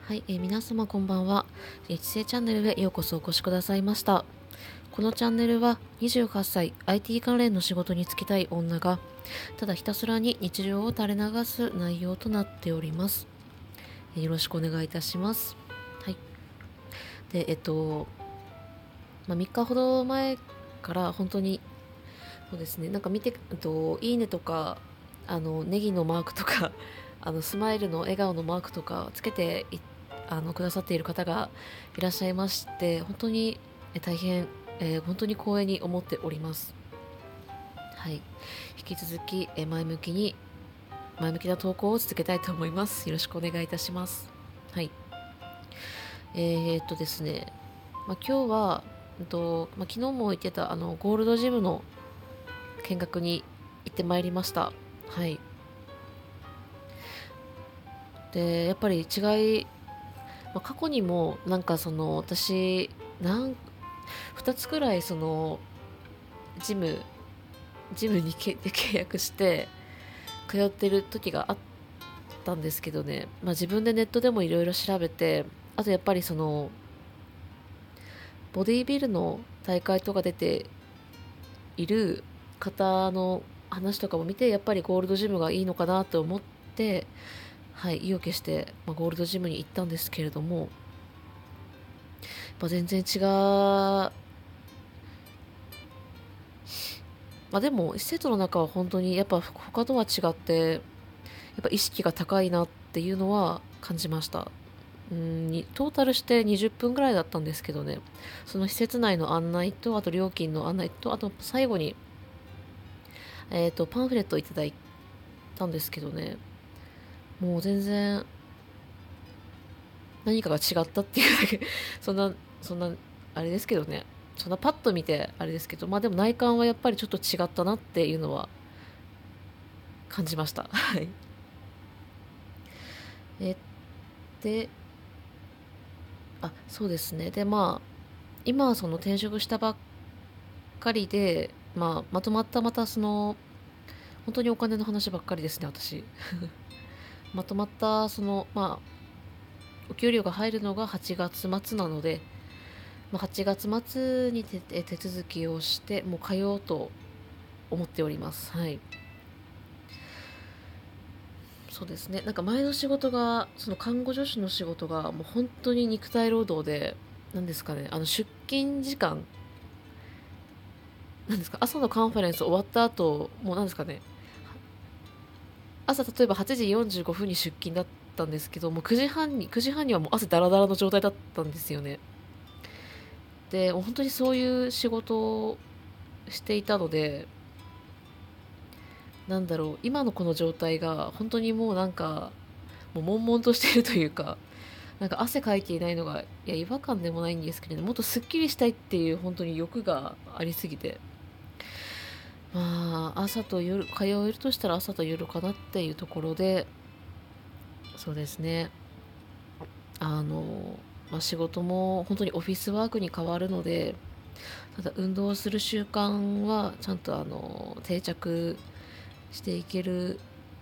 はい、皆様こんばんは。知性チャンネルへようこそお越しくださいました。このチャンネルは28歳 IT 関連の仕事に就きたい女がただひたすらに日常を垂れ流す内容となっております。よろしくお願いいたします。はい。で、3日ほど前から本当にそうですね、なんか見て、いいねとか、ネギのマークとか、スマイルの笑顔のマークとかつけてくださっている方がいらっしゃいまして、本当に大変、本当に光栄に思っております。はい。引き続き、前向きな投稿を続けたいと思います。よろしくお願いいたします。はい。ですね、今日は、昨日も言ってたゴールドジムの見学に行ってまいりました。はい。で、やっぱり違い、過去にもなんか私2つくらいジムジムに契約して通ってる時があったんですけどね、自分でネットでもいろいろ調べて、あとやっぱりボディービルの大会とか出ている方の話とかも見て、やっぱりゴールドジムがいいのかなと思って、はい、意を決して、ゴールドジムに行ったんですけれども、全然違う。でも施設の中は本当にやっぱ他とは違って、やっぱ意識が高いなっていうのは感じました。トータルして20分ぐらいだったんですけどね、その施設内の案内と、あと料金の案内と、あと最後に、パンフレットをいただいたんですけどね、もう全然何かが違ったっていうだけそんなあれですけどね、そんなパッと見てあれですけど、でも内観はやっぱりちょっと違ったなっていうのは感じました。はい。えでそうですね。で、今は転職したばっかりで、まとまったまた本当にお金の話ばっかりですね、私。まとまったお給料が入るのが8月末なので、8月末に手続きをしてもう通おうと思っております。はい。そうですね。なんか前の仕事が、その看護助手の仕事がもう本当に肉体労働で、なんですかね、出勤時間、なんですか、朝のカンファレンス終わった後、もうなんですかね、朝例えば8時45分に出勤だったんですけど、もう9時半にはもう汗だらだらの状態だったんですよね。で、もう本当にそういう仕事をしていたので、なんだろう、今のこの状態が本当にもうなんか、もう悶々としているというか、なんか汗かいていないのが、いや、違和感でもないんですけれどもっとすっきりしたいっていう本当に欲がありすぎて、朝と夜、通えるとしたら朝と夜かなっていうところで、そうですね。仕事も本当にオフィスワークに変わるので、ただ運動する習慣はちゃんと定着していける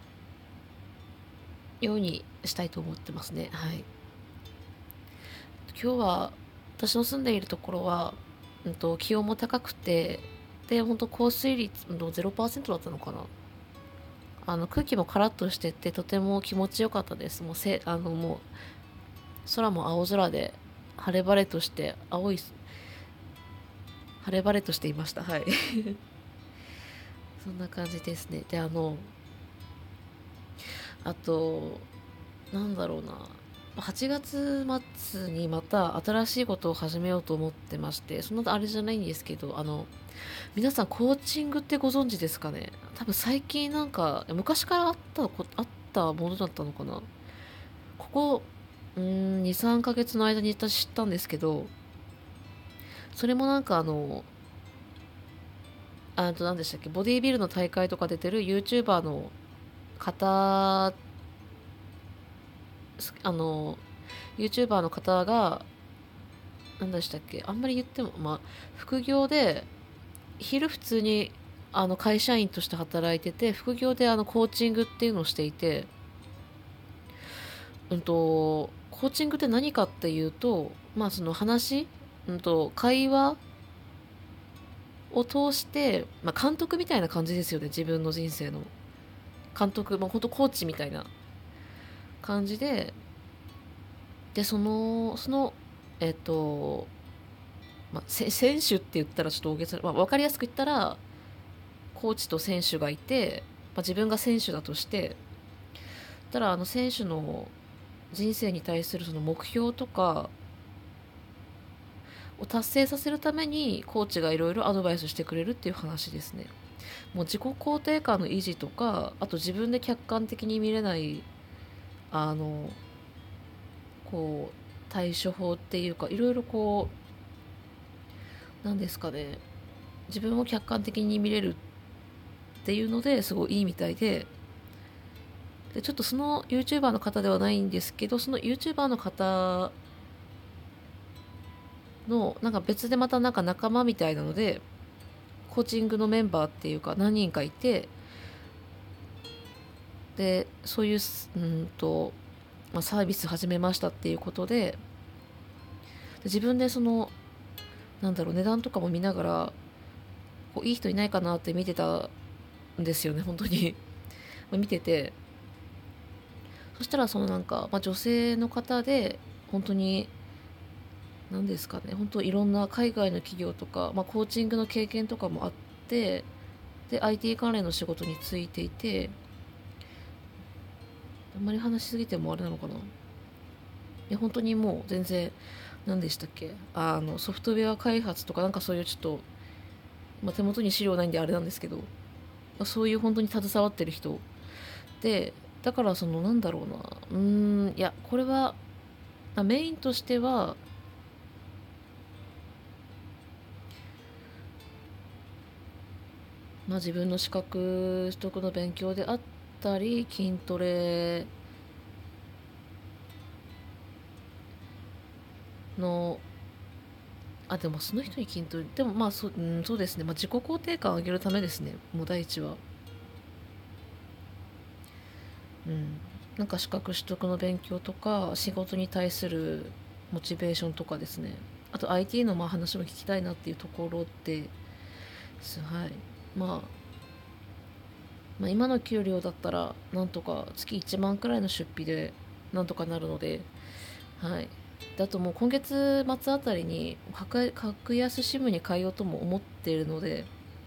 ようにしたいと思ってますね。はい。今日は私の住んでいるところは、気温も高くて、で、本当降水率0%だったのかな。空気もカラッとしてて、とても気持ちよかったです。もうもう空も青空で、晴れ晴れとして、晴れ晴れとしていました。はい。そんな感じですね。で、あと、なんだろうな。8月末にまた新しいことを始めようと思ってまして、そんなあれじゃないんですけど、皆さんコーチングってご存知ですかね。多分最近なんか、昔からあったものだったのかな。ここ、2、3ヶ月の間に私知ったんですけど、それもなんか何でしたっけ、ボディービルの大会とか出てる YouTuber の方、あの、YouTuber の方が、何でしたっけ、あんまり言っても、副業で、昼普通に、会社員として働いてて、副業でコーチングっていうのをしていて、こコーチングって何かっていうと、その話、会話を通して、監督みたいな感じですよね。自分の人生の監督、本当コーチみたいな感じで、そのえっと、選手って言ったらちょっと大げさ、分かりやすく言ったらコーチと選手がいて、自分が選手だとして、たら選手の人生に対するその目標とかを達成させるためにコーチがいろいろアドバイスしてくれるっていう話ですね。もう自己肯定感の維持とか、あと自分で客観的に見れないあのこう対処法っていうか、いろいろなんですかね、自分を客観的に見れるっていうのですごいいいみたいで、ちょっとその YouTuber の方ではないんですけど、その YouTuber の方のなんか別でまたなんか仲間みたいなのでコーチングのメンバーっていうか何人かいて、でそういうサービス始めましたっていうことで、自分でその値段とかも見ながらいい人いないかなって見てたんですよね、本当に見てて、そしたらその女性の方で本当に何ですかね、本当いろんな海外の企業とか、コーチングの経験とかもあって、で IT 関連の仕事に就いていて、あんまり話しすぎてもあれなのかな。いや本当にもう全然何でしたっけ、ソフトウェア開発とかそういうちょっと、手元に資料ないんであれなんですけど、そういう本当に携わってる人で、だからそのいやこれはメインとしては自分の資格取得の勉強であったり、筋トレのでもその人に筋トレでもそうですね、自己肯定感を上げるためですね、もう第一は。資格取得の勉強とか仕事に対するモチベーションとかですね、あと IT の話も聞きたいなっていうところで、はい、今の給料だったらなんとか月1万くらいの出費でなんとかなるので、はい。であともう今月末あたりに格安シムに変えようとも思っているので、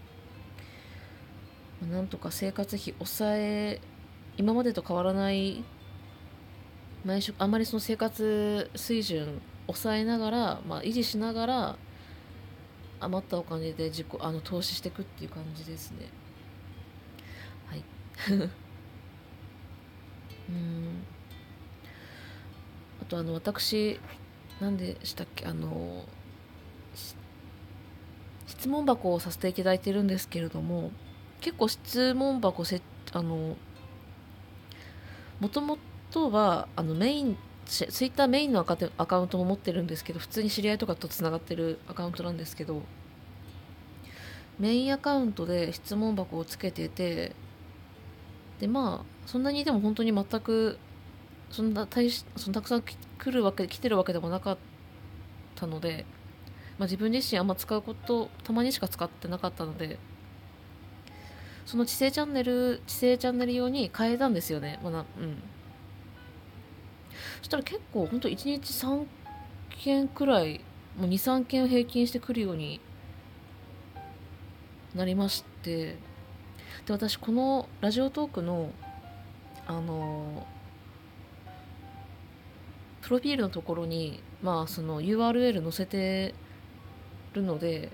なんとか生活費抑え、今までと変わらない毎食、あまりその生活水準抑えながら、維持しながら余ったお金で投資していくっていう感じですね。はい。うんあと私何でしたっけ、質問箱をさせていただいてるんですけれども、結構質問箱あのもともとはメインツイッターメインのアカウントも持ってるんですけど、普通に知り合いとかとつながってるアカウントなんですけど、メインアカウントで質問箱をつけてて、でそんなにでも本当に全くそんなたくさん来てるわけでもなかったので、自分自身あんま使うことたまにしか使ってなかったので、その知性チャンネル用に変えたんですよね。そしたら結構本当1日3件くらい、もう2、3件平均してくるようになりまして、で私このラジオトークのプロフィールのところにその URL 載せてるので、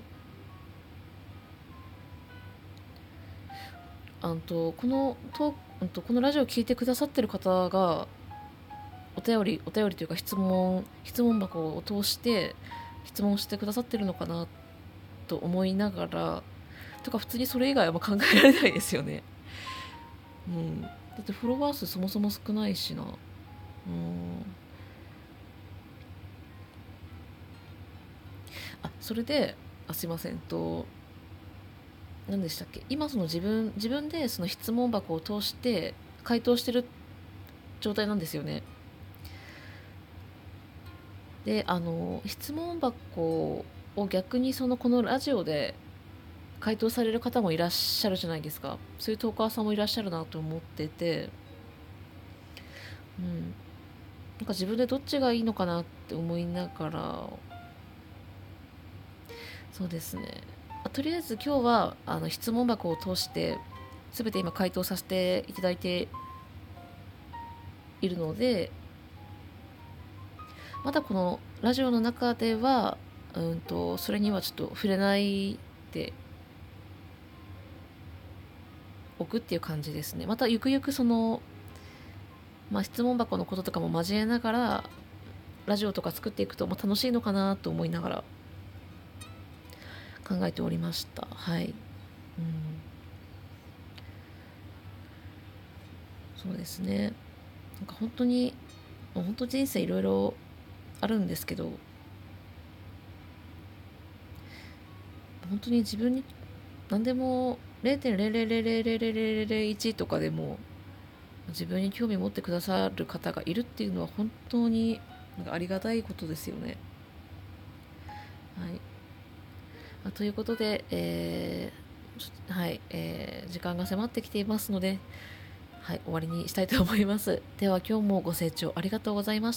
このラジオを聞いてくださってる方がお便りというか質問箱を通して質問してくださってるのかなと思いながら、とか普通にそれ以外は考えられないですよね。だってフォロワー数そもそも少ないしな。それですいません何でしたっけ、今その自分でその質問箱を通して回答してる状態なんですよね。 で質問箱を逆にこのラジオで回答される方もいらっしゃるじゃないですか。そういうトーカーさんもいらっしゃるなと思ってて、なんか自分でどっちがいいのかなって思いながら、そうですね、とりあえず今日は質問箱を通して全て今回答させていただいているので、まだこのラジオの中ではそれにはちょっと触れないでおくっていう感じですね。またゆくゆく質問箱のこととかも交えながらラジオとか作っていくと楽しいのかなと思いながら考えておりました。はい、そうですね。なんか本当に人生いろいろあるんですけど、本当に自分に何でも0.0000001とかでも自分に興味を持ってくださる方がいるっていうのは本当になんかありがたいことですよね。はい、ということで、はい、時間が迫ってきていますので、はい、終わりにしたいと思います。では今日もご清聴ありがとうございました。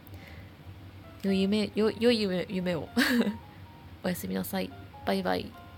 良い夢をおやすみなさい。バイバイ。